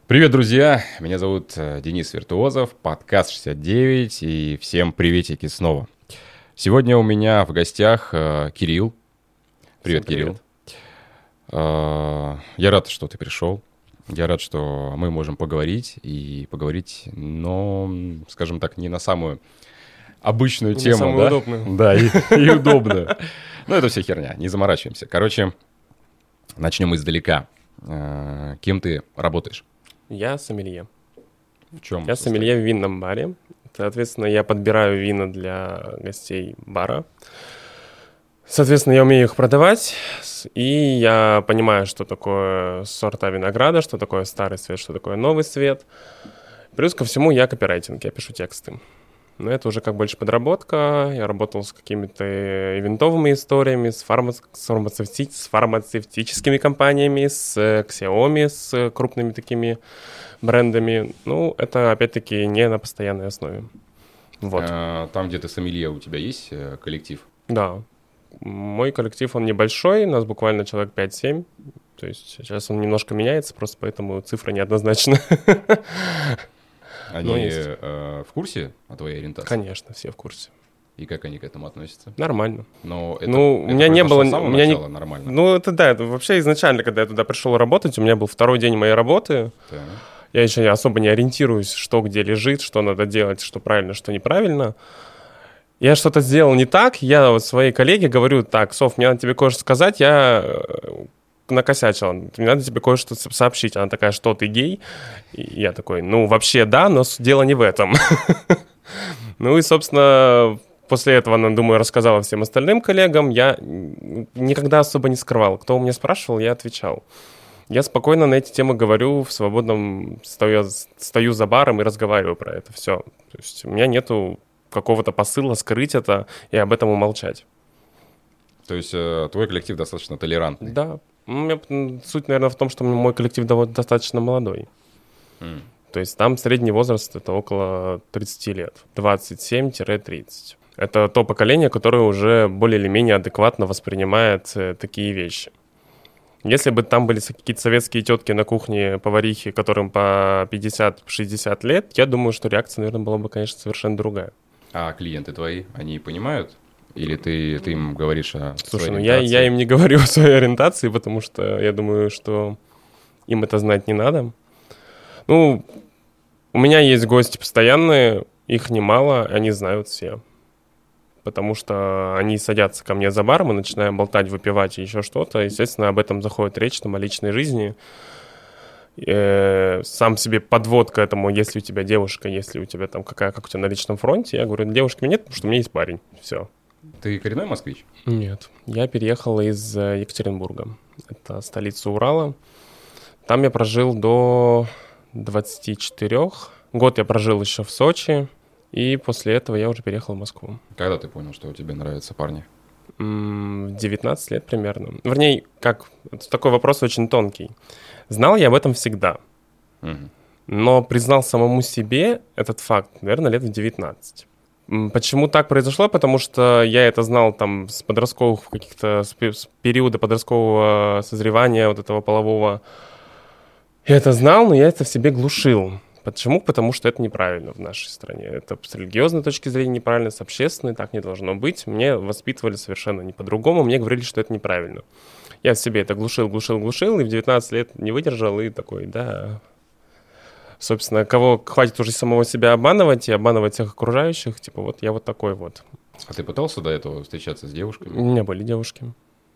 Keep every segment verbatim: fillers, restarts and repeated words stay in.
Привет, друзья! Меня зовут Денис Виртуозов, подкаст шестьдесят девять, и всем приветики снова. Сегодня у меня в гостях э, Кирилл. Привет, Всем привет. Кирилл. Э, я рад, что ты пришел. Я рад, что мы можем поговорить, и поговорить, но, скажем так, не на самую обычную Не тему, самую да? удобную. Да, и, и удобную. Но это все херня, не заморачиваемся. Короче, начнем издалека. Э, кем ты работаешь? Я сомелье. В чем? Я сомелье в винном баре. Соответственно, я подбираю вина для гостей бара. Соответственно, я умею их продавать, и я понимаю, что такое сорта винограда, что такое старый цвет, что такое новый цвет. Плюс ко всему я копирайтинг, я пишу тексты. Но это уже как больше подработка. Я работал с какими-то ивентовыми историями, с, фарма... с, фармацевти... с фармацевтическими компаниями, с Xiaomi, с крупными такими брендами. Ну, это, опять-таки, не на постоянной основе. Вот. А, там, где ты сомелье, у тебя есть э, коллектив? Да. Мой коллектив, он небольшой, нас буквально человек пять-семь. То есть сейчас он немножко меняется, просто поэтому цифра неоднозначна. Они э, в курсе о твоей ориентации? Конечно, все в курсе. И как они к этому относятся? Нормально. Но это, ну, это у меня не было... с самого у меня начала не... нормально? Ну, это да, это вообще изначально, когда я туда пришел работать, у меня был второй день моей работы. Да. Я еще особо не ориентируюсь, что где лежит, что надо делать, что правильно, что неправильно. Я что-то сделал не так, я вот своей коллеге говорю: так, Соф, мне надо тебе кое-что сказать, я накосячила, мне надо тебе кое-что сообщить. Она такая: что, ты гей? И я такой: ну, вообще да, но дело не в этом. Ну и, собственно, после этого она, думаю, рассказала всем остальным коллегам. Я никогда особо не скрывал. Кто у меня спрашивал, я отвечал. Я спокойно на эти темы говорю, в свободном стою, стою за баром и разговариваю про это все. То есть у меня нету какого-то посыла скрыть это и об этом умолчать. То есть э, твой коллектив достаточно толерантный? Да. У меня суть, наверное, в том, что мой коллектив достаточно молодой. Mm. То есть там средний возраст — это около тридцать лет. двадцать семь тридцать. Это то поколение, которое уже более или менее адекватно воспринимает э, такие вещи. Если бы там были какие-то советские тетки на кухне, поварихи, которым по пятьдесят-шестьдесят лет, я думаю, что реакция, наверное, была бы, конечно, совершенно другая. А клиенты твои, они понимают? Или ты, ты им говоришь о Слушай, своей ну я, ориентации? я им не говорю о своей ориентации, потому что я думаю, что им это знать не надо. Ну, у меня есть гости постоянные, их немало, они знают все. Потому что они садятся ко мне за бар, мы начинаем болтать, выпивать и еще что-то. Естественно, об этом заходит речь, там, о личной жизни. Э, сам себе подвод к этому: если у тебя девушка, если у тебя там какая, как у тебя на личном фронте. Я говорю: девушки мне нет, потому что у меня есть парень. Все. Ты коренной москвич? Нет. Я переехал из Екатеринбурга. Это столица Урала. Там я прожил до двадцати четырёх. Год я прожил еще в Сочи. И после этого я уже переехал в Москву. Когда ты понял, что тебе нравятся парни? В девятнадцать лет примерно. Вернее, как... Это такой вопрос очень тонкий. Знал я об этом всегда. Угу. Но признал самому себе этот факт, наверное, лет в девятнадцать. Почему так произошло? Потому что я это знал там с подростковых каких-то... с периода подросткового созревания вот этого полового. Я это знал, но я это в себе глушил. Почему? Потому что это неправильно в нашей стране. Это с религиозной точки зрения неправильно, с общественной так не должно быть. Мне воспитывали совершенно не по-другому. Мне говорили, что это неправильно. Я в себе это глушил, глушил, глушил, и в девятнадцать лет не выдержал, и такой, да... Собственно, кого хватит уже самого себя обманывать и обманывать всех окружающих, типа вот я вот такой вот. А ты пытался до этого встречаться с девушками? У меня были девушки.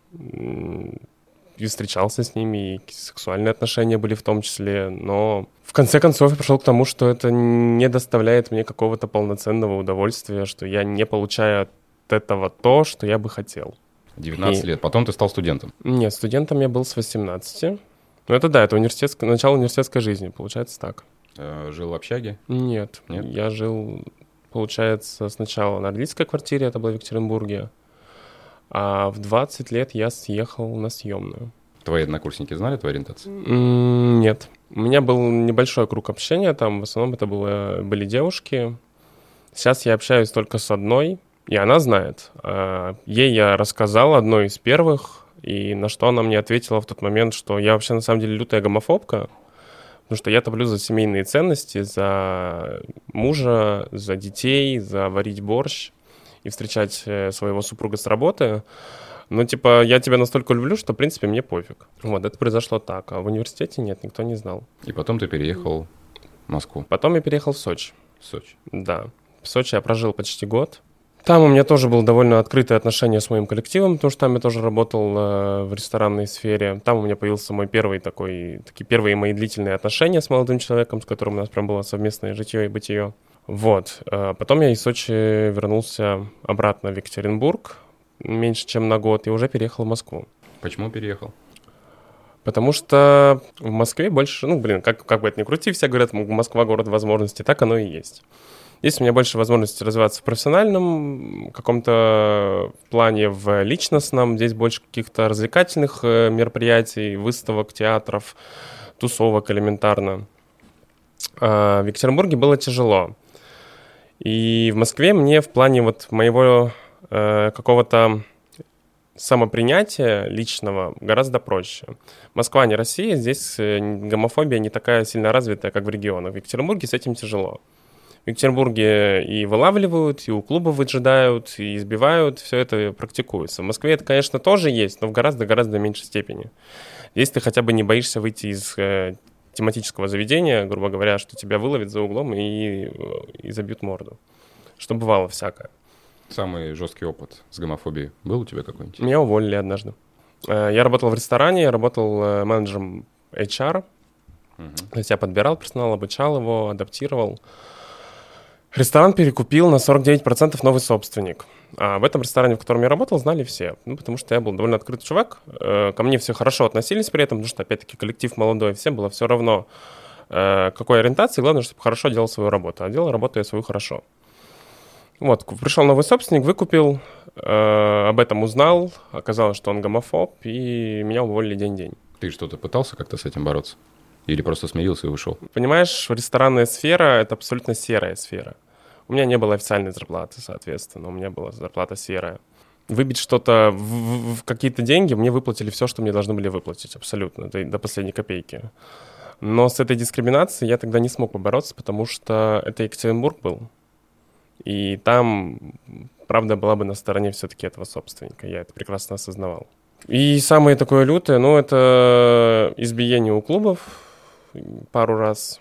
И встречался с ними, и сексуальные отношения были в том числе, но в конце концов я пришел к тому, что это не доставляет мне какого-то полноценного удовольствия, что я не получаю от этого то, что я бы хотел. девятнадцать и... лет. Потом ты стал студентом? Нет, студентом я был с восемнадцати. Ну это да, это университетское, начало университетской жизни, получается так. Э, жил в общаге? Нет, Нет, я жил, получается, сначала на родительской квартире, это было в Екатеринбурге, а в двадцать лет я съехал на съемную. Твои однокурсники знали твою ориентацию? Mm, нет. У меня был небольшой круг общения, там в основном это было, были девушки. Сейчас я общаюсь только с одной, и она знает. Ей я рассказал, одной из первых, и на что она мне ответила в тот момент, что я вообще на самом деле лютая гомофобка, Потому что я топлю за семейные ценности, за мужа, за детей, за варить борщ и встречать своего супруга с работы. Ну, типа, я тебя настолько люблю, что, в принципе, мне пофиг. Вот, это произошло так. А в университете нет, никто не знал. И потом ты переехал в Москву. Потом я переехал в Сочи. В Сочи. Да. В Сочи я прожил почти год. Там у меня тоже было довольно открытое отношение с моим коллективом, потому что там я тоже работал э, в ресторанной сфере. Там у меня появился мой первый такой, такие первые мои длительные отношения с молодым человеком, с которым у нас прям было совместное житье и бытие. Вот. Э, потом я из Сочи вернулся обратно в Екатеринбург, меньше чем на год, и уже переехал в Москву. Почему переехал? Потому что в Москве больше, ну, блин, как, как бы это ни крути, все говорят, Москва — город возможностей, так оно и есть. Здесь у меня больше возможностей развиваться в профессиональном каком-то плане, в личностном. Здесь больше каких-то развлекательных мероприятий, выставок, театров, тусовок элементарно. А в Екатеринбурге было тяжело. И в Москве мне в плане вот моего э, какого-то самопринятия личного гораздо проще. Москва не Россия, здесь гомофобия не такая сильно развитая, как в регионах. В Екатеринбурге с этим тяжело. В Екатеринбурге и вылавливают, и у клубов выжидают, и избивают, все это практикуется. В Москве это, конечно, тоже есть, но в гораздо-гораздо меньшей степени. Здесь ты хотя бы не боишься выйти из э, тематического заведения, грубо говоря, что тебя выловят за углом и, и забьют морду. Что бывало всякое. Самый жесткий опыт с гомофобией был у тебя какой-нибудь? Меня уволили однажды. Я работал в ресторане, я работал менеджером эйч ар. Угу. То есть я подбирал персонал, обучал его, адаптировал. Ресторан перекупил на сорок девять процентов новый собственник. А в этом ресторане, в котором я работал, знали все. Ну, потому что я был довольно открытый чувак. Ко мне все хорошо относились при этом, потому что, опять-таки, коллектив молодой, всем было все равно, какой ориентации. Главное, чтобы хорошо делал свою работу. А делал работу я свою хорошо. Вот, пришел новый собственник, выкупил, э, об этом узнал, оказалось, что он гомофоб, и меня уволили день-день. Ты что-то пытался как-то с этим бороться? Или просто смирился и ушел? Понимаешь, ресторанная сфера — это абсолютно серая сфера. У меня не было официальной зарплаты, соответственно, у меня была зарплата серая. Выбить что-то в, в, в какие-то деньги, мне выплатили все, что мне должны были выплатить, абсолютно, до, до последней копейки. Но с этой дискриминацией я тогда не смог побороться, потому что это Екатеринбург был. И там правда была бы на стороне все-таки этого собственника. Я это прекрасно осознавал. И самое такое лютое, ну, это избиение у клубов пару раз.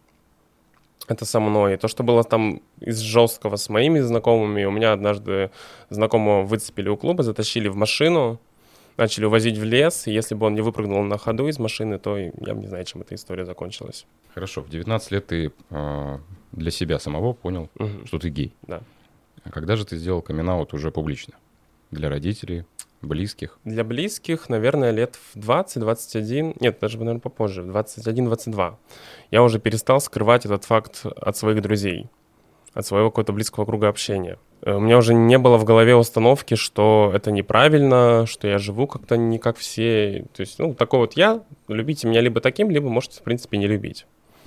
Это со мной. То, что было там из жесткого с моими знакомыми. У меня однажды знакомого выцепили у клуба, затащили в машину, начали увозить в лес. И если бы он не выпрыгнул на ходу из машины, то я не знаю, чем эта история закончилась. Хорошо, в девятнадцать лет ты э, для себя самого понял, угу. что ты гей. Да. А когда же ты сделал камин-аут уже публично? Для родителей, близких? Для близких, наверное, лет в двадцать-двадцать один, нет, даже, наверное, попозже, в двадцать один - двадцать два. Я уже перестал скрывать этот факт от своих друзей, от своего какого-то близкого круга общения. У меня уже не было в голове установки, что это неправильно, что я живу как-то не как все. То есть, ну, такой вот я, любите меня либо таким, либо можете, в принципе, не любить.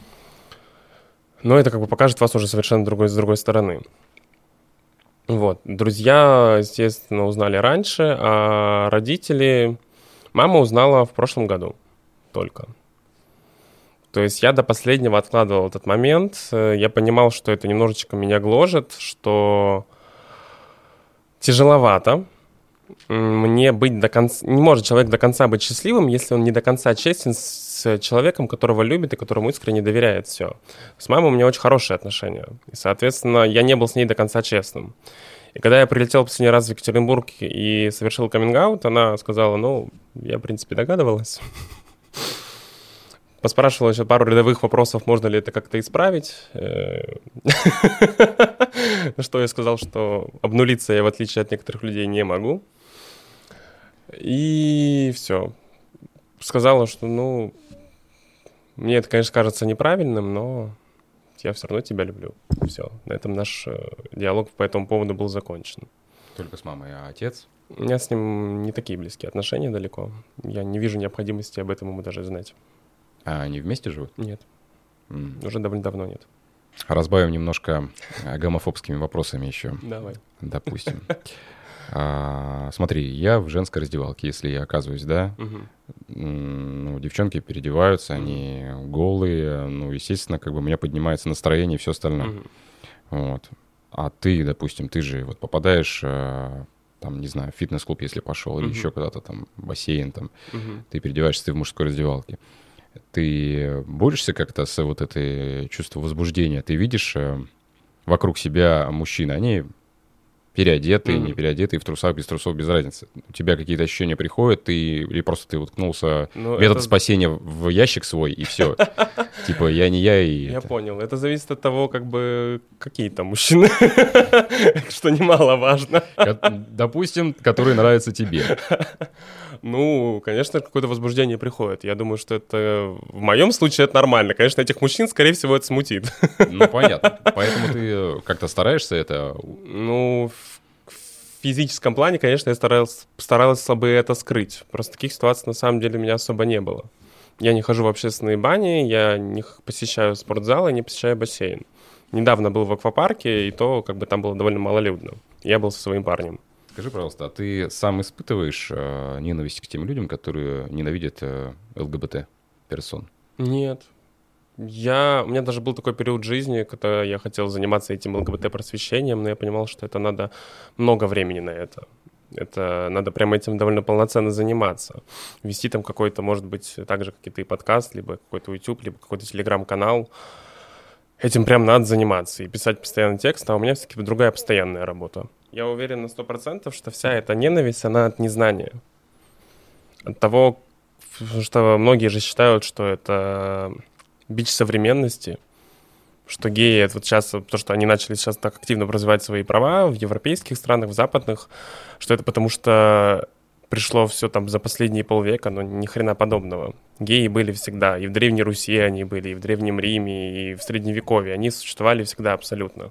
Но это как бы покажет вас уже совершенно другой, с другой стороны. Вот. Друзья, естественно, узнали раньше, а родители... Мама узнала в прошлом году только. То есть я до последнего откладывал этот момент. Я понимал, что это немножечко меня гложет, что тяжеловато мне быть до конца... Не может человек до конца быть счастливым, если он не до конца честен с человеком, которого любит и которому искренне доверяет все. С мамой у меня очень хорошие отношения. И, соответственно, я не был с ней до конца честным. И когда я прилетел последний раз в Екатеринбург и совершил каминг-аут, она сказала, ну, я, в принципе, догадывалась. Поспрашивала еще пару рядовых вопросов, можно ли это как-то исправить. На что я сказал, что обнулиться я, в отличие от некоторых людей, не могу. И все. Сказала, что, ну, мне это, конечно, кажется неправильным, но я все равно тебя люблю. Все. На этом наш диалог по этому поводу был закончен. Только с мамой, а отец? У меня с ним не такие близкие отношения далеко. Я не вижу необходимости об этом ему даже знать. А они вместе живут? Нет. Mm. Уже довольно давно нет. Разбавим немножко гомофобскими вопросами еще. Давай. Допустим. А, смотри, я в женской раздевалке, если я оказываюсь, да, угу. ну, девчонки переодеваются, mm-hmm. они голые, ну, естественно, как бы у меня поднимается настроение и все остальное. Mm-hmm. Вот. А ты, допустим, ты же вот попадаешь, там, не знаю, в фитнес-клуб, если пошел, mm-hmm. или еще куда-то там, бассейн, там, mm-hmm. ты переодеваешься, ты в мужской раздевалке. Ты борешься как-то с вот этой чувством возбуждения? Ты видишь вокруг себя мужчин, они переодетые, mm-hmm. не переодетые, в трусах, без трусов, без разницы. У тебя какие-то ощущения приходят, ты или просто ты уткнулся ну, метод это... спасения в ящик свой, и все. Типа, я не я, и... Я понял. Это зависит от того, как бы, какие там мужчины, что немаловажно. Допустим, которые нравятся тебе. Ну, конечно, какое-то возбуждение приходит. Я думаю, что это... В моем случае это нормально. Конечно, этих мужчин, скорее всего, это смутит. Ну, понятно. Поэтому ты как-то стараешься это... Ну, в физическом плане, конечно, я старался, старался бы это скрыть. Просто таких ситуаций, на самом деле, у меня особо не было. Я не хожу в общественные бани, я не посещаю спортзалы, не посещаю бассейн. Недавно был в аквапарке, и то как бы там было довольно малолюдно. Я был со своим парнем. Скажи, пожалуйста, а ты сам испытываешь э, ненависть к тем людям, которые ненавидят э, ЛГБТ-персон? Нет. Я... У меня даже был такой период жизни, когда я хотел заниматься этим ЛГБТ-просвещением, но я понимал, что это надо много времени на это. Это надо прям этим довольно полноценно заниматься. Вести там какой-то, может быть, так же, как и ты, подкаст, либо какой-то YouTube, либо какой-то телеграм-канал. Этим прям надо заниматься и писать постоянно текст, а у меня все-таки другая постоянная работа. Я уверен на сто процентов, что вся эта ненависть, она от незнания. От того, что многие же считают, что это бич современности, что геи, это вот сейчас, то, что они начали сейчас так активно развивать свои права в европейских странах, в западных, что это потому что пришло все там за последние полвека, но ни хрена подобного. Геи были всегда, и в Древней Руси они были, и в Древнем Риме, и в Средневековье, они существовали всегда абсолютно.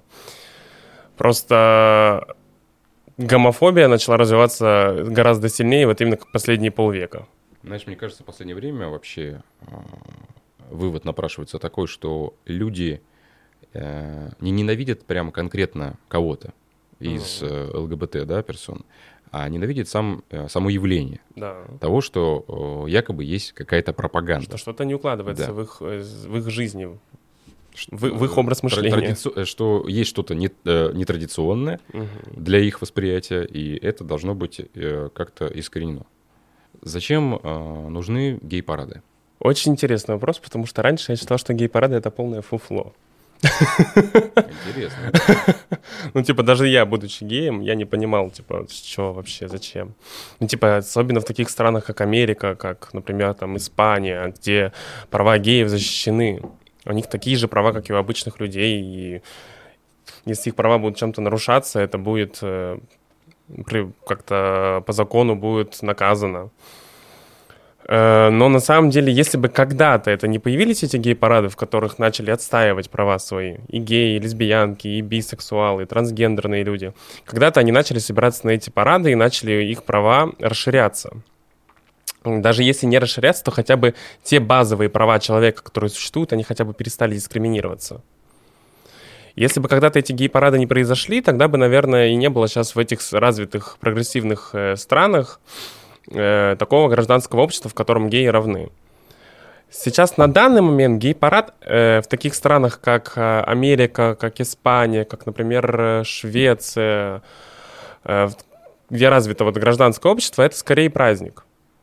Просто гомофобия начала развиваться гораздо сильнее вот именно последние полвека. Знаешь, мне кажется, в последнее время вообще э, вывод напрашивается такой, что люди э, не ненавидят прям конкретно кого-то из э, ЛГБТ, да, персон, а ненавидят сам, э, само явление да. того, что э, якобы есть какая-то пропаганда. Что что-то не укладывается да. в, их, в их жизни. В, в их образ мышления. Традици... Что есть что-то не, э, нетрадиционное угу. для их восприятия, и это должно быть э, как-то искоренено. Зачем э, нужны гей-парады? Очень интересный вопрос, потому что раньше я считал, что гей-парады — это полное фуфло. Интересно. Ну, типа, даже я, будучи геем, я не понимал, типа, что вообще, зачем. Ну, типа, особенно в таких странах, как Америка, как, например, там, Испания, где права геев защищены. У них такие же права, как и у обычных людей, и если их права будут чем-то нарушаться, это будет э, при, как-то по закону будет наказано. Э, но на самом деле, если бы когда-то это не появились, эти гей-парады, в которых начали отстаивать права свои, и геи, и лесбиянки, и бисексуалы, и трансгендерные люди, когда-то они начали собираться на эти парады и начали их права расширяться. Даже если не расширяться, то хотя бы те базовые права человека, которые существуют, они хотя бы перестали дискриминироваться. Если бы когда-то эти гей-парады не произошли, тогда бы, наверное, и не было сейчас в этих развитых прогрессивных э, странах э, такого гражданского общества, в котором геи равны. Сейчас на данный момент гей-парад э, в таких странах, как э, Америка, как Испания, как, например, э, Швеция, э, где развито вот гражданское общество, это скорее праздник.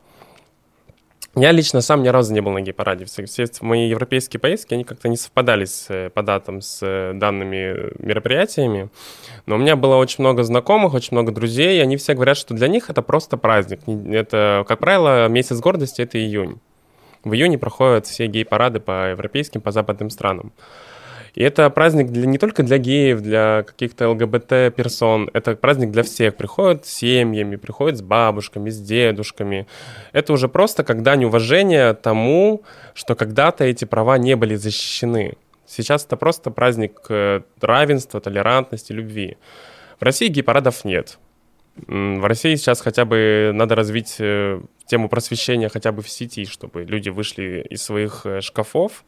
Я лично сам ни разу не был на гей-параде. Все, все мои европейские поездки, они как-то не совпадали с, по датам с данными мероприятиями. Но у меня было очень много знакомых, очень много друзей, и они все говорят, что для них это просто праздник. Это, как правило, месяц гордости — это июнь. В июне проходят все гей-парады по европейским, по западным странам. И это праздник для, не только для геев, для каких-то ЛГБТ-персон. Это праздник для всех. Приходят с семьями, приходят с бабушками, с дедушками. Это уже просто как дань уважения тому, что когда-то эти права не были защищены. Сейчас это просто праздник равенства, толерантности, любви. В России гей-парадов нет. В России сейчас хотя бы надо развить тему просвещения хотя бы в сети, чтобы люди вышли из своих шкафов.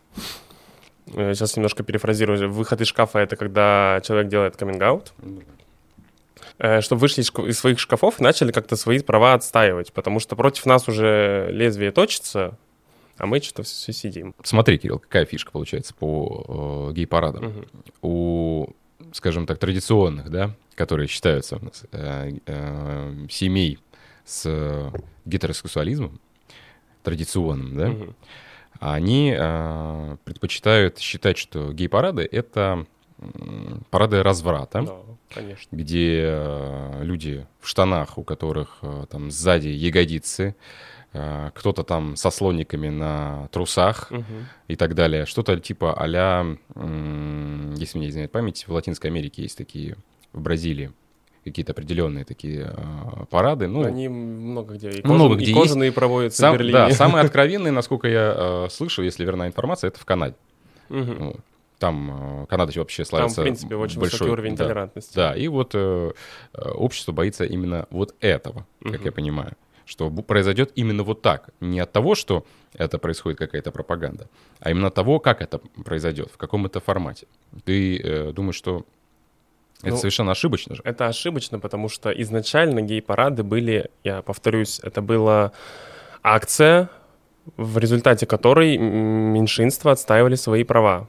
Сейчас немножко перефразирую. Выход из шкафа — это когда человек делает каминг-аут. чтобы вышли из своих шкафов и начали как-то свои права отстаивать, потому что против нас уже лезвие точится, а мы что-то все сидим. Смотри, Кирилл, какая фишка получается по э, гей-парадам. Угу. У, скажем так, традиционных, да, которые считаются у нас э, э, семей с гетеросексуализмом, традиционным, да, угу. они э, предпочитают считать, что гей-парады — это парады разврата, да, конечно. Где э, люди в штанах, у которых э, там сзади ягодицы, э, кто-то там со слониками на трусах угу. и так далее. Что-то типа а-ля, э, если мне изменяет память, в Латинской Америке есть такие, в Бразилии какие-то определенные такие э, парады. Ну, они много где. И, много кожан, где и кожаные есть. Проводятся Сам, в Берлине. Да, самые откровенные, насколько я э, слышал, если верна информация, это в Канаде. Угу. Вот. Там Канада вообще славится. Там, в принципе, очень большой, высокий уровень да, толерантности. Да, и вот э, общество боится именно вот этого, как uh-huh. я понимаю, что произойдет именно вот так. Не от того, что это происходит какая-то пропаганда, а именно от того, как это произойдет, в каком это формате. Ты э, думаешь, что это ну, совершенно ошибочно же? Это ошибочно, потому что изначально гей-парады были, я повторюсь, это была акция, в результате которой меньшинства отстаивали свои права.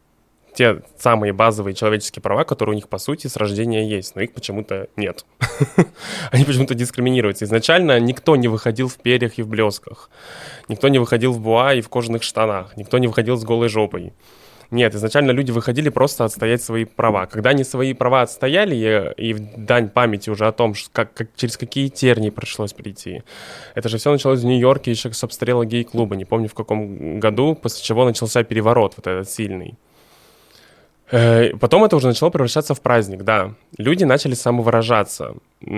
Те самые базовые человеческие права, которые у них, по сути, с рождения есть, но их почему-то нет. Они почему-то дискриминируются. Изначально никто не выходил в перьях и в блесках. Никто не выходил в буа и в кожаных штанах. Никто не выходил с голой жопой. Нет, изначально люди выходили просто отстоять свои права. Когда они свои права отстояли, и, и в дань памяти уже о том, как, как, через какие тернии пришлось прийти. Это же все началось в Нью-Йорке еще с обстрела гей-клуба. Не помню, в каком году, после чего начался переворот вот этот сильный. Потом это уже начало превращаться в праздник, да. Люди начали самовыражаться.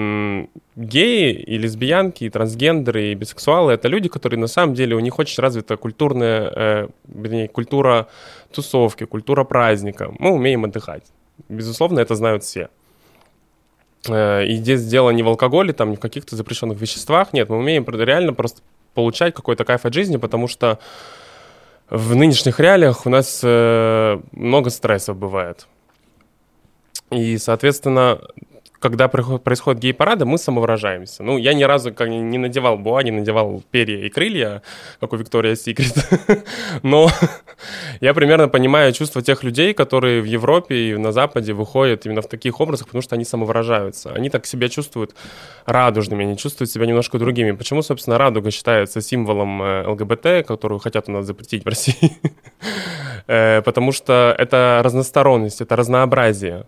Геи и лесбиянки, и трансгендеры, и бисексуалы — это люди, которые на самом деле, у них очень развита культурная, э, вернее, культура тусовки, культура праздника. Мы умеем отдыхать. Безусловно, это знают все. И здесь дело не в алкоголе, там, не в каких-то запрещенных веществах. Нет, мы умеем реально просто получать какой-то кайф от жизни, потому что в нынешних реалиях у нас э, много стрессов бывает. И, соответственно, когда происходят гей-парады, мы самовыражаемся. Ну, я ни разу как, не надевал буа, не надевал перья и крылья, как у Виктория Секрет. Но я примерно понимаю чувства тех людей, которые в Европе и на Западе выходят именно в таких образах, потому что они самовыражаются. Они так себя чувствуют радужными, они чувствуют себя немножко другими. Почему, собственно, радуга считается символом ЛГБТ, которую хотят у нас запретить в России? Потому что это разносторонность, это разнообразие.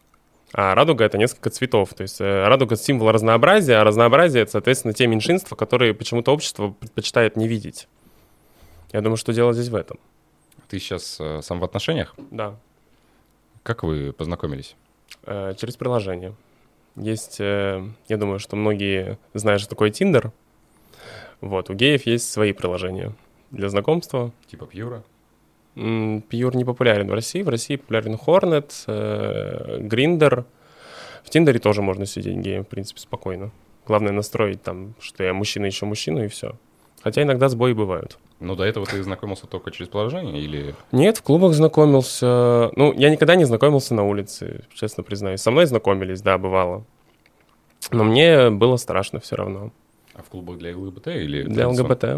А радуга — это несколько цветов. То есть радуга — символ разнообразия, а разнообразие — это, соответственно, те меньшинства, которые почему-то общество предпочитает не видеть. Я думаю, что дело здесь в этом. Ты сейчас э, сам в отношениях? Да. Как вы познакомились? Э, через приложение. Есть, э, я думаю, что многие знают, что такое Tinder. Вот, у геев есть свои приложения для знакомства. Типа Пьюра? Пьюр не популярен в России. В России популярен Hornet, э, Grindr. В Тиндере тоже можно сидеть геем, в принципе, спокойно. Главное настроить там, что я мужчина, еще мужчину, и все. Хотя иногда сбои бывают. Ну, до этого ты знакомился только через приложение или... Нет, в клубах знакомился. Ну, я никогда не знакомился на улице, честно признаюсь. Со мной знакомились, да, бывало. Но мне было страшно все равно. А в клубах для ЛГБТ или... Для ЛГБТ.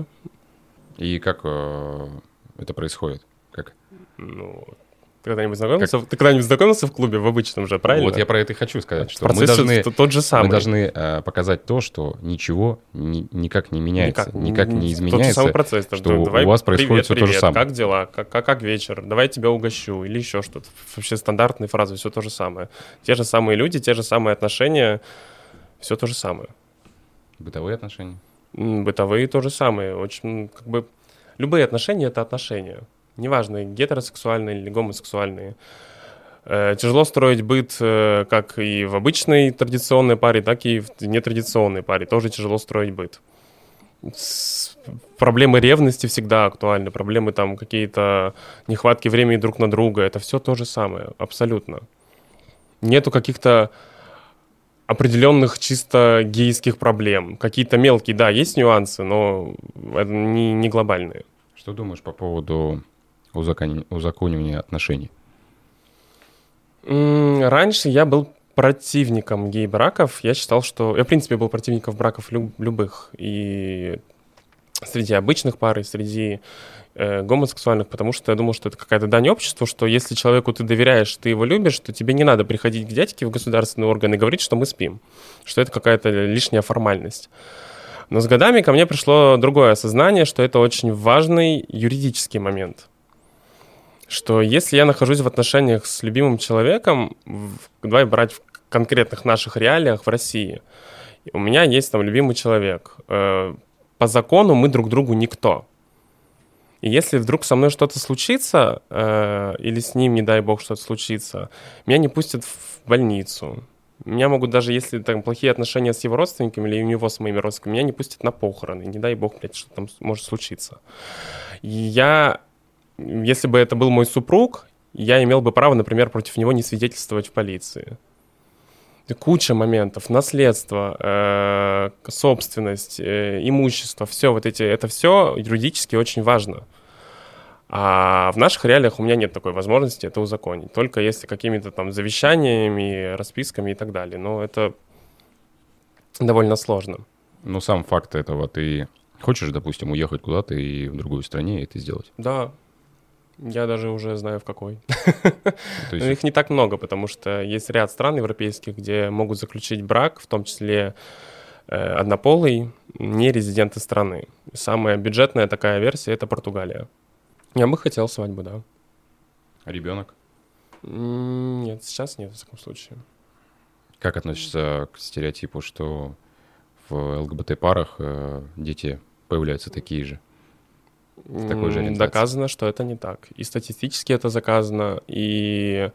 И как э, это происходит? Как? Ну, ты когда-нибудь знакомился? Как? Ты когда-нибудь знакомился в клубе, в обычном же, правильно? Вот я про это и хочу сказать, что процесс мы должны, тот же самый. Мы должны э, показать то, что ничего ни, никак не меняется, никак, никак не изменяется. Тот же самый процесс. Что Давай, у вас происходит привет, все привет, то же самое. Как дела? Как, как, как вечер? Давай я тебя угощу. Или еще что-то. Вообще стандартные фразы, все то же самое. Те же самые люди, те же самые отношения, все то же самое. Бытовые отношения? Бытовые то же самое. Очень, как бы, любые отношения — это отношения. Неважно, гетеросексуальные или гомосексуальные. Э, тяжело строить быт э, как и в обычной традиционной паре, так и в нетрадиционной паре. Тоже тяжело строить быт. С... Проблемы ревности всегда актуальны. Проблемы там какие-то нехватки времени друг на друга. Это все то же самое, абсолютно. Нету каких-то определенных чисто гейских проблем. Какие-то мелкие, да, есть нюансы, но это не, не глобальные. Что думаешь по поводу узакон... узаконивания отношений? Раньше я был противником гей-браков. Я считал, что... Я, в принципе, был противником браков люб... любых. И среди обычных пар, и среди э, гомосексуальных, потому что я думал, что это какая-то дань обществу, что если человеку ты доверяешь, ты его любишь, то тебе не надо приходить к дядьке в государственные органы и говорить, что мы спим, что это какая-то лишняя формальность. Но с годами ко мне пришло другое осознание, что это очень важный юридический момент. Что если я нахожусь в отношениях с любимым человеком, в, давай брать в конкретных наших реалиях в России, у меня есть там любимый человек. Э, по закону мы друг другу никто. И если вдруг со мной что-то случится, э, или с ним, не дай бог, что-то случится, меня не пустят в больницу. Меня могут даже, если там плохие отношения с его родственниками или у него с моими родственниками, меня не пустят на похороны. Не дай бог, блядь, что там может случиться. И я, если бы это был мой супруг, я имел бы право, например, против него не свидетельствовать в полиции. Куча моментов, наследство, э, собственность, э, имущество, все вот эти, это все юридически очень важно. А в наших реалиях у меня нет такой возможности это узаконить. Только если какими-то там завещаниями, расписками и так далее. Но это довольно сложно. Ну, сам факт этого. Ты хочешь, допустим, уехать куда-то и в другую стране это сделать? Да. Я даже уже знаю, в какой. Но их не так много, потому что есть ряд стран европейских, где могут заключить брак, в том числе однополый, не резиденты страны. Самая бюджетная такая версия — это Португалия. Я бы хотел свадьбу, да. А ребенок? Нет, сейчас нет, в таком случае. Как относишься к стереотипу, что в ЛГБТ-парах дети появляются такие же? С такой же ориентацией? Доказано, что это не так. И статистически это заказано, и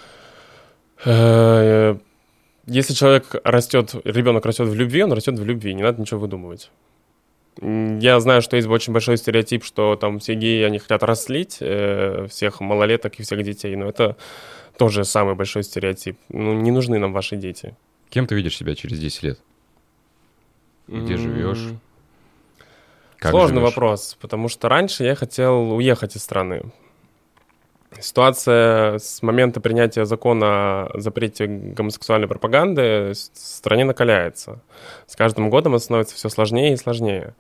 э, если человек растет, ребенок растет в любви, он растет в любви, не надо ничего выдумывать. Я знаю, что есть очень большой стереотип, что там все геи, они хотят растлить э, всех малолеток и всех детей, но это тоже самый большой стереотип. Ну, не нужны нам ваши дети. Кем ты видишь себя через десять лет? Где mm-hmm. живешь? Как Сложный живешь? Вопрос, потому что раньше я хотел уехать из страны. Ситуация с момента принятия закона о запрете гомосексуальной пропаганды в стране накаляется. С каждым годом это становится все сложнее и сложнее.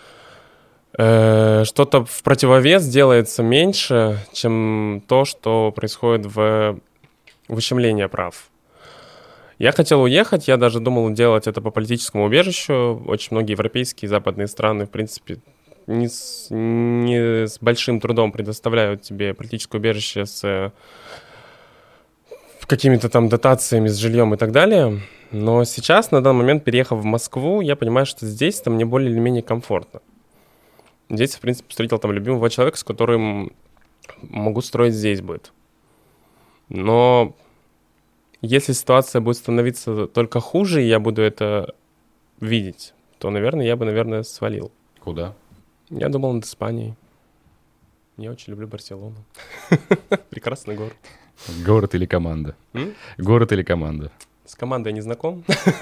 Что-то в противовес делается меньше, чем то, что происходит в ущемлении прав. Я хотел уехать, я даже думал делать это по политическому убежищу. Очень многие европейские и западные страны, в принципе, не с, не с большим трудом предоставляют тебе политическое убежище с какими-то там дотациями, с жильем и так далее. Но сейчас, на данный момент, переехав в Москву, я понимаю, что здесь-то мне более или менее комфортно. Здесь, в принципе, встретил там любимого человека, с которым могу строить здесь быт. Но если ситуация будет становиться только хуже, и я буду это видеть, то, наверное, я бы, наверное, свалил. Куда? Я думал над Испанией. Я очень люблю Барселону. Прекрасный город. Город или команда? М? Город или команда? С командой не знаком.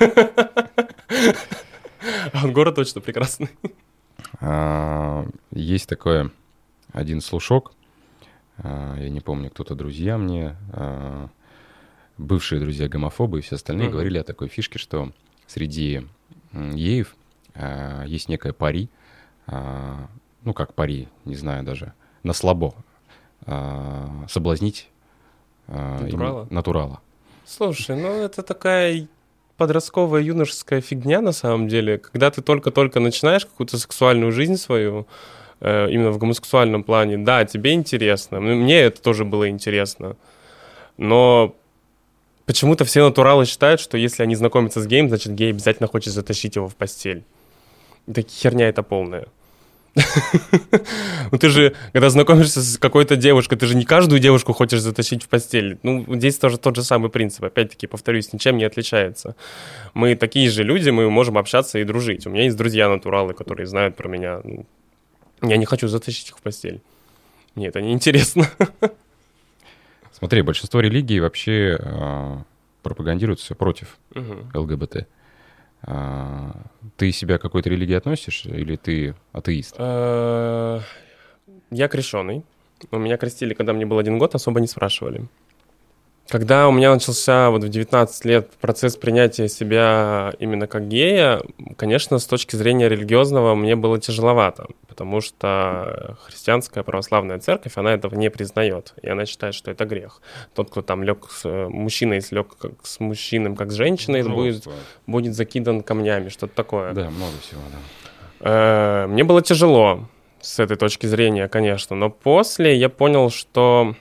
А город точно прекрасный. А, есть такой один слушок. А, я не помню, кто-то друзья мне... А, бывшие друзья гомофобы и все остальные uh-huh. говорили о такой фишке, что среди геев а, есть некая пари, а, ну как пари, не знаю даже, на слабо а, соблазнить а, натурала. натурала. Слушай, ну это такая подростковая юношеская фигня на самом деле, когда ты только-только начинаешь какую-то сексуальную жизнь свою, э, именно в гомосексуальном плане, да, тебе интересно, мне это тоже было интересно, но почему-то все натуралы считают, что если они знакомятся с геем, значит, гей обязательно хочет затащить его в постель. Да херня это полная. Ну ты же, когда знакомишься с какой-то девушкой, ты же не каждую девушку хочешь затащить в постель. Ну, здесь тоже тот же самый принцип. Опять-таки, повторюсь, ничем не отличается. Мы такие же люди, мы можем общаться и дружить. У меня есть друзья-натуралы, которые знают про меня. Я не хочу затащить их в постель. Мне это неинтересно. Смотри, большинство религий вообще э, пропагандируют все против uh-huh. ЛГБТ. Э, ты себя к какой-то религии относишь или ты атеист? Uh, я крещеный. У меня крестили, когда мне был один год, особо не спрашивали. Когда у меня начался вот в девятнадцать лет процесс принятия себя именно как гея, конечно, с точки зрения религиозного мне было тяжеловато, потому что христианская православная церковь, она этого не признает, и она считает, что это грех. Тот, кто там лег с мужчиной, если лег как с мужчиной, как с женщиной, будет, будет закидан камнями, что-то такое. Да, много всего, да. Мне было тяжело с этой точки зрения, конечно, но после я понял, что...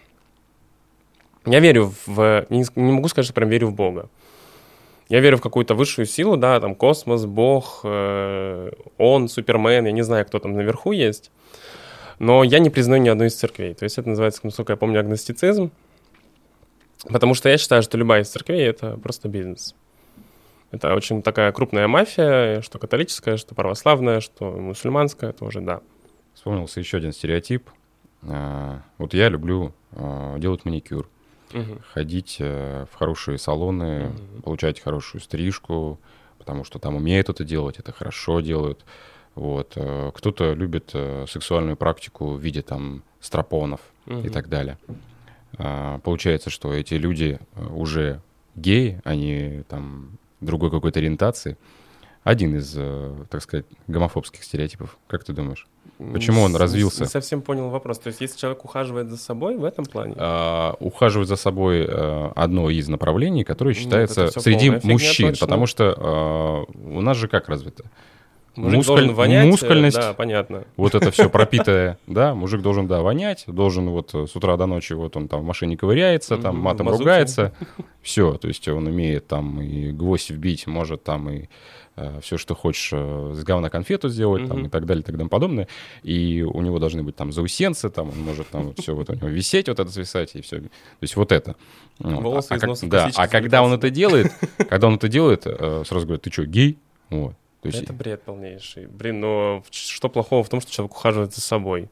Я верю в... Не, не могу сказать, что прям верю в Бога. Я верю в какую-то высшую силу, да, там космос, Бог, э, Он, Супермен, я не знаю, кто там наверху есть. Но я не признаю ни одной из церквей. То есть это называется, насколько я помню, агностицизм. Потому что я считаю, что любая из церквей — это просто бизнес. Это очень такая крупная мафия, что католическая, что православная, что мусульманская тоже, да. Вспомнился еще один стереотип. Вот я люблю делать маникюр. Угу. Ходить в хорошие салоны, угу. получать хорошую стрижку, потому что там умеют это делать, это хорошо делают. Вот. Кто-то любит сексуальную практику в виде там стропонов угу. и так далее. Получается, что эти люди уже геи, они там другой какой-то ориентации. Один из, так сказать, гомофобских стереотипов. Как ты думаешь? Почему он развился? Не совсем понял вопрос. То есть если человек ухаживает за собой в этом плане? А, ухаживать за собой а, одно из направлений, которое считается Нет, среди мужчин. Точно. Потому что а, у нас же как развито? Мужик Мускуль... должен вонять, мускульность, да, понятно. Вот это все пропитое, да, мужик должен, да, вонять, должен вот с утра до ночи, вот он там в машине ковыряется, там матом Мазуцу. ругается, все, то есть он умеет там и гвоздь вбить, может там и э, все, что хочешь, э, с говна конфету сделать, там, и так далее, и так далее, подобное, и у него должны быть там заусенцы, там, он может там вот все вот у него висеть, вот это свисать, и все, то есть вот это. Волосы а, из носа, да, а когда он это делает, когда он это делает, э, сразу говорят, ты что, гей? Вот. То есть... Это бред полнейший. Блин, но что плохого в том, что человек ухаживает за собой?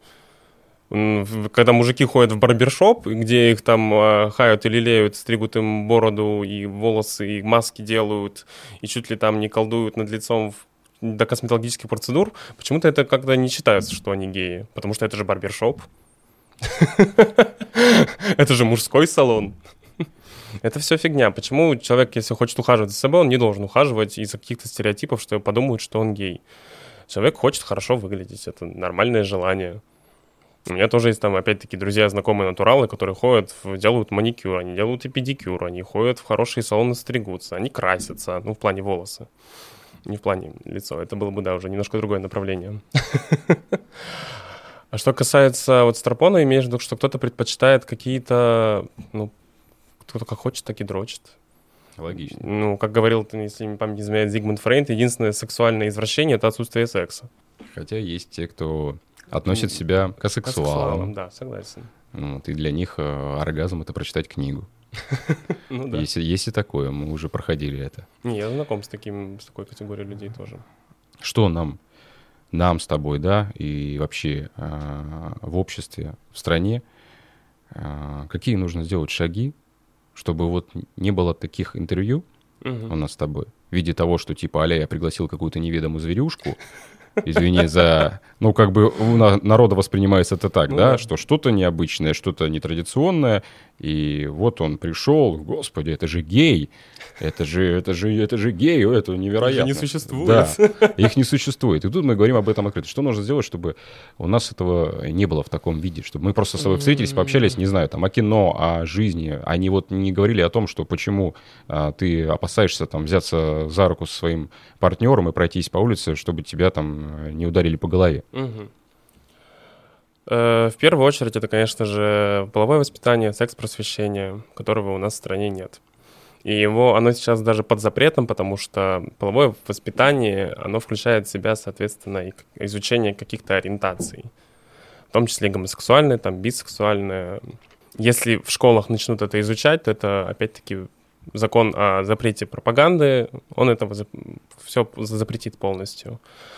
Когда мужики ходят в барбершоп, где их там э, хают и лелеют, стригут им бороду и волосы, и маски делают, и чуть ли там не колдуют над лицом в... до косметологических процедур, почему-то это как-то не считается, что они геи. Потому что это же барбершоп. Это же мужской салон. Это все фигня. Почему человек, если хочет ухаживать за собой, он не должен ухаживать из-за каких-то стереотипов, что подумают, что он гей. Человек хочет хорошо выглядеть. Это нормальное желание. У меня тоже есть там, опять-таки, друзья, знакомые натуралы, которые ходят, делают маникюр, они делают и педикюр, они ходят в хорошие салоны, стригутся, они красятся, ну, в плане волосы. Не в плане лица. Это было бы, да, уже немножко другое направление. А что касается вот стропона, имеешь в виду, что кто-то предпочитает какие-то, ну, кто-то как хочет, так и дрочит. Логично. Ну, как говорил, если мне память не изменяет, Зигмунд Фрейд, единственное сексуальное извращение — это отсутствие секса. Хотя есть те, кто относит себя к асексуалам. Да, согласен. Вот, и для них э, оргазм — это прочитать книгу. Ну да. Есть, есть и такое, мы уже проходили это. Не, я знаком с, таким, с такой категорией людей тоже. Что нам, нам с тобой, да, и вообще э, в обществе, в стране, э, какие нужно сделать шаги, чтобы вот не было таких интервью uh-huh. у нас с тобой, в виде того, что типа а-ля я пригласил какую-то неведомую зверюшку, извини за... Ну, как бы у народа воспринимается это так, ну, да, да, что что-то необычное, что-то нетрадиционное, и вот он пришел, господи, это же гей, это же, это же, это же гей, это невероятно. Их не существует. Да, их не существует. И тут мы говорим об этом открыто. Что нужно сделать, чтобы у нас этого не было в таком виде, чтобы мы просто с тобой встретились, пообщались, не знаю, там, о кино, о жизни, а не вот не говорили о том, что почему а, ты опасаешься там взяться за руку со своим партнером и пройтись по улице, чтобы тебя там не ударили по голове. Угу. В первую очередь, это, конечно же, половое воспитание, секс-просвещение, которого у нас в стране нет. И его, оно сейчас даже под запретом, потому что половое воспитание, оно включает в себя, соответственно, и изучение каких-то ориентаций, в том числе гомосексуальное, там, бисексуальное. Если в школах начнут это изучать, то это, опять-таки, закон о запрете пропаганды, он это все запретит полностью.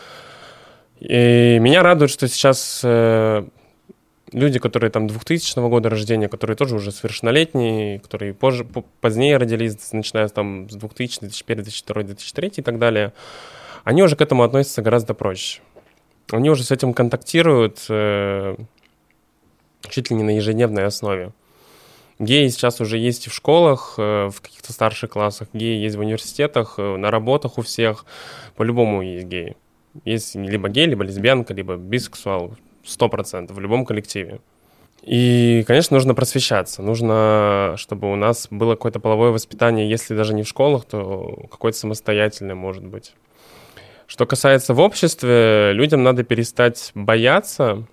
И меня радует, что сейчас э, люди, которые там двухтысячного года рождения, которые тоже уже совершеннолетние, которые позже, позднее родились, начиная там с двухтысячного, две тысячи первый, две тысячи второй, две тысячи третий и так далее, они уже к этому относятся гораздо проще. Они уже с этим контактируют э, чуть ли не на ежедневной основе. Геи сейчас уже есть и в школах, в каких-то старших классах, геи есть в университетах, на работах у всех. По-любому есть геи. Есть либо гей, либо лесбиянка, либо бисексуал. Сто процентов в любом коллективе. И, конечно, нужно просвещаться. Нужно, чтобы у нас было какое-то половое воспитание, если даже не в школах, то какое-то самостоятельное, может быть. Что касается в обществе, людям надо перестать бояться.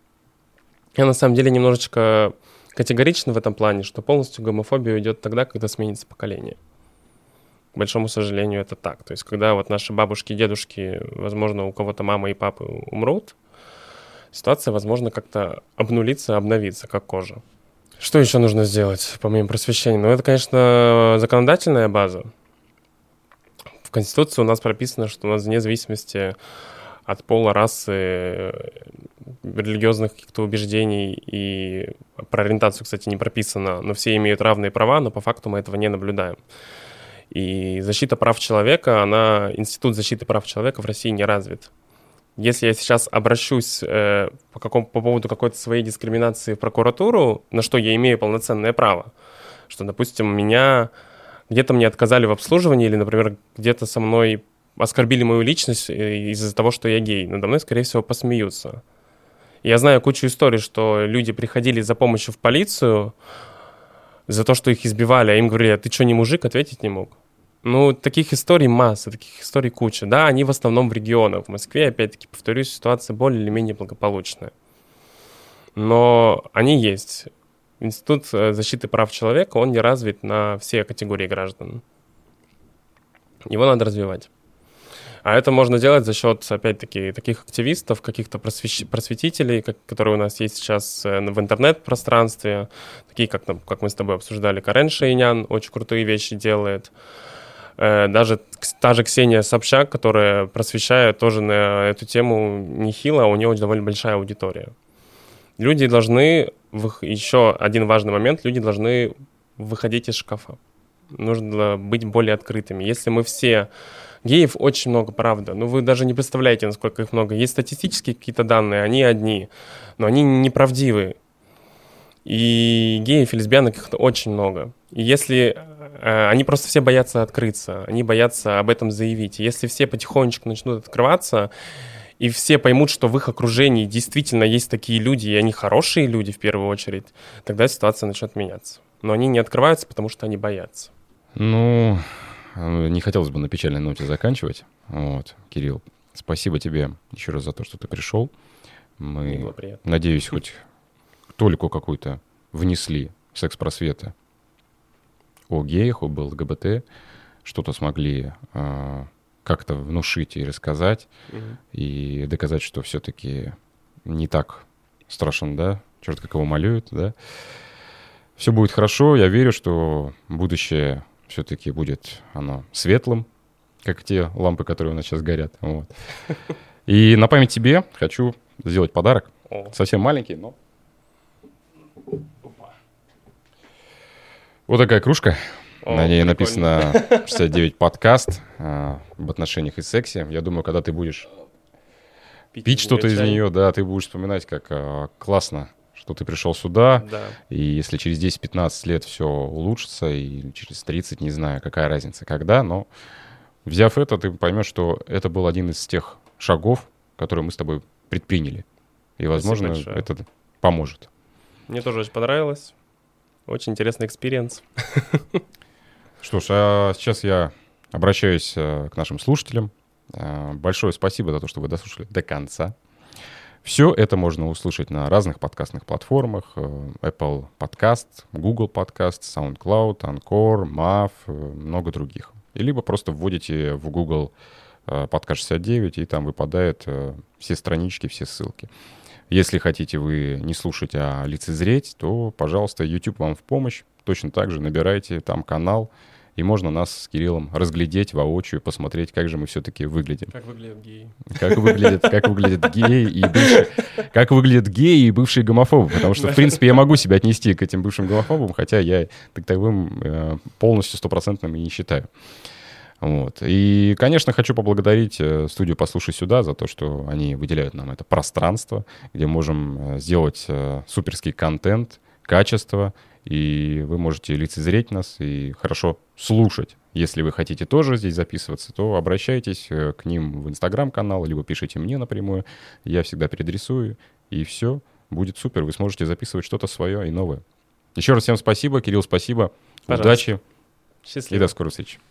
Я на самом деле немножечко категоричен в этом плане, что полностью гомофобия уйдет тогда, когда сменится поколение. К большому сожалению, это так. То есть, когда вот наши бабушки, дедушки, возможно, у кого-то мама и папы умрут, ситуация, возможно, как-то обнулится, обновится, как кожа. Что еще нужно сделать по моим просвещениям? Ну, это, конечно, законодательная база. В Конституции у нас прописано, что у нас вне зависимости от пола, расы, религиозных каких-то убеждений и про ориентацию, кстати, не прописано, но все имеют равные права, но по факту мы этого не наблюдаем. И защита прав человека, она, институт защиты прав человека в России не развит. Если я сейчас обращусь э, по, какому, по поводу какой-то своей дискриминации в прокуратуру, на что я имею полноценное право, что, допустим, меня где-то мне отказали в обслуживании или, например, где-то со мной оскорбили мою личность из-за того, что я гей, надо мной, скорее всего, посмеются. Я знаю кучу историй, что люди приходили за помощью в полицию за то, что их избивали, а им говорили: а ты что, не мужик, ответить не мог? Ну, таких историй масса, таких историй куча. Да, они в основном в регионах. В Москве, опять-таки, повторюсь, ситуация более или менее благополучная. Но они есть. Институт защиты прав человека, он не развит на все категории граждан. Его надо развивать. А это можно делать за счет, опять-таки, таких активистов, каких-то просвещ... просветителей, как... которые у нас есть сейчас в интернет-пространстве, такие, как, как мы с тобой обсуждали, Карен Шейнян очень крутые вещи делает. Даже та же Ксения Собчак, которая просвещает тоже на эту тему нехило, у нее довольно большая аудитория. Люди должны, еще один важный момент, люди должны выходить из шкафа. Нужно быть более открытыми. Если мы все... Геев очень много, правда. Ну, вы даже не представляете, насколько их много. Есть статистические какие-то данные, они одни, но они неправдивые. И геев и лесбиянок их очень много. И если... Э, они просто все боятся открыться, они боятся об этом заявить. И если все потихонечку начнут открываться, и все поймут, что в их окружении действительно есть такие люди, и они хорошие люди в первую очередь, тогда ситуация начнет меняться. Но они не открываются, потому что они боятся. Ну... Не хотелось бы на печальной ноте заканчивать. Вот, Кирилл, спасибо тебе еще раз за то, что ты пришел. Мы, надеюсь, хоть толику какую-то внесли секс-просвета о геях, об ЛГБТ, что-то смогли э, как-то внушить и рассказать, угу. и доказать, что все-таки не так страшен, да, черт как его малюют, да. Все будет хорошо, я верю, что будущее все-таки будет оно светлым, как те лампы, которые у нас сейчас горят. Вот. И на память тебе хочу сделать подарок. О. Совсем маленький, но... Вот такая кружка. О, на ней прикольно. Написано шестьдесят девять подкаст а, об отношениях и сексе. Я думаю, когда ты будешь пить, пить что-то из нее, да, ты будешь вспоминать, как а, классно, что ты пришел сюда, да. И если через десять-пятнадцать лет все улучшится, и через тридцать, не знаю, какая разница, когда, но взяв это, ты поймешь, что это был один из тех шагов, которые мы с тобой предприняли. И, возможно, это поможет. Мне тоже очень понравилось. Очень интересный экспириенс. Что ж, а сейчас я обращаюсь к нашим слушателям. Большое спасибо за то, что вы дослушали до конца. Все это можно услышать на разных подкастных платформах. Apple Podcast, Google Podcast, SoundCloud, Anchor, Mav, много других. И либо просто вводите в Google подкаст шестьдесят девять, и там выпадают все странички, все ссылки. Если хотите вы не слушать, а лицезреть, то, пожалуйста, YouTube вам в помощь. Точно так же набирайте там канал, и можно нас с Кириллом разглядеть воочию, посмотреть, как же мы все-таки выглядим. Как выглядят геи. Как выглядят, как выглядят геи и бывшие, как выглядят геи и бывшие гомофобы. Потому что, в принципе, я могу себя отнести к этим бывшим гомофобам, хотя я таковым полностью стопроцентным и не считаю. Вот. И, конечно, хочу поблагодарить студию «Послушай сюда» за то, что они выделяют нам это пространство, где можем сделать суперский контент, качество и вы можете лицезреть нас и хорошо слушать. Если вы хотите тоже здесь записываться, то обращайтесь к ним в Инстаграм-канал, либо пишите мне напрямую, я всегда переадресую, и все, будет супер, вы сможете записывать что-то свое и новое. Еще раз всем спасибо, Кирилл, спасибо, Пожалуйста. удачи Счастливо. и до скорой встречи.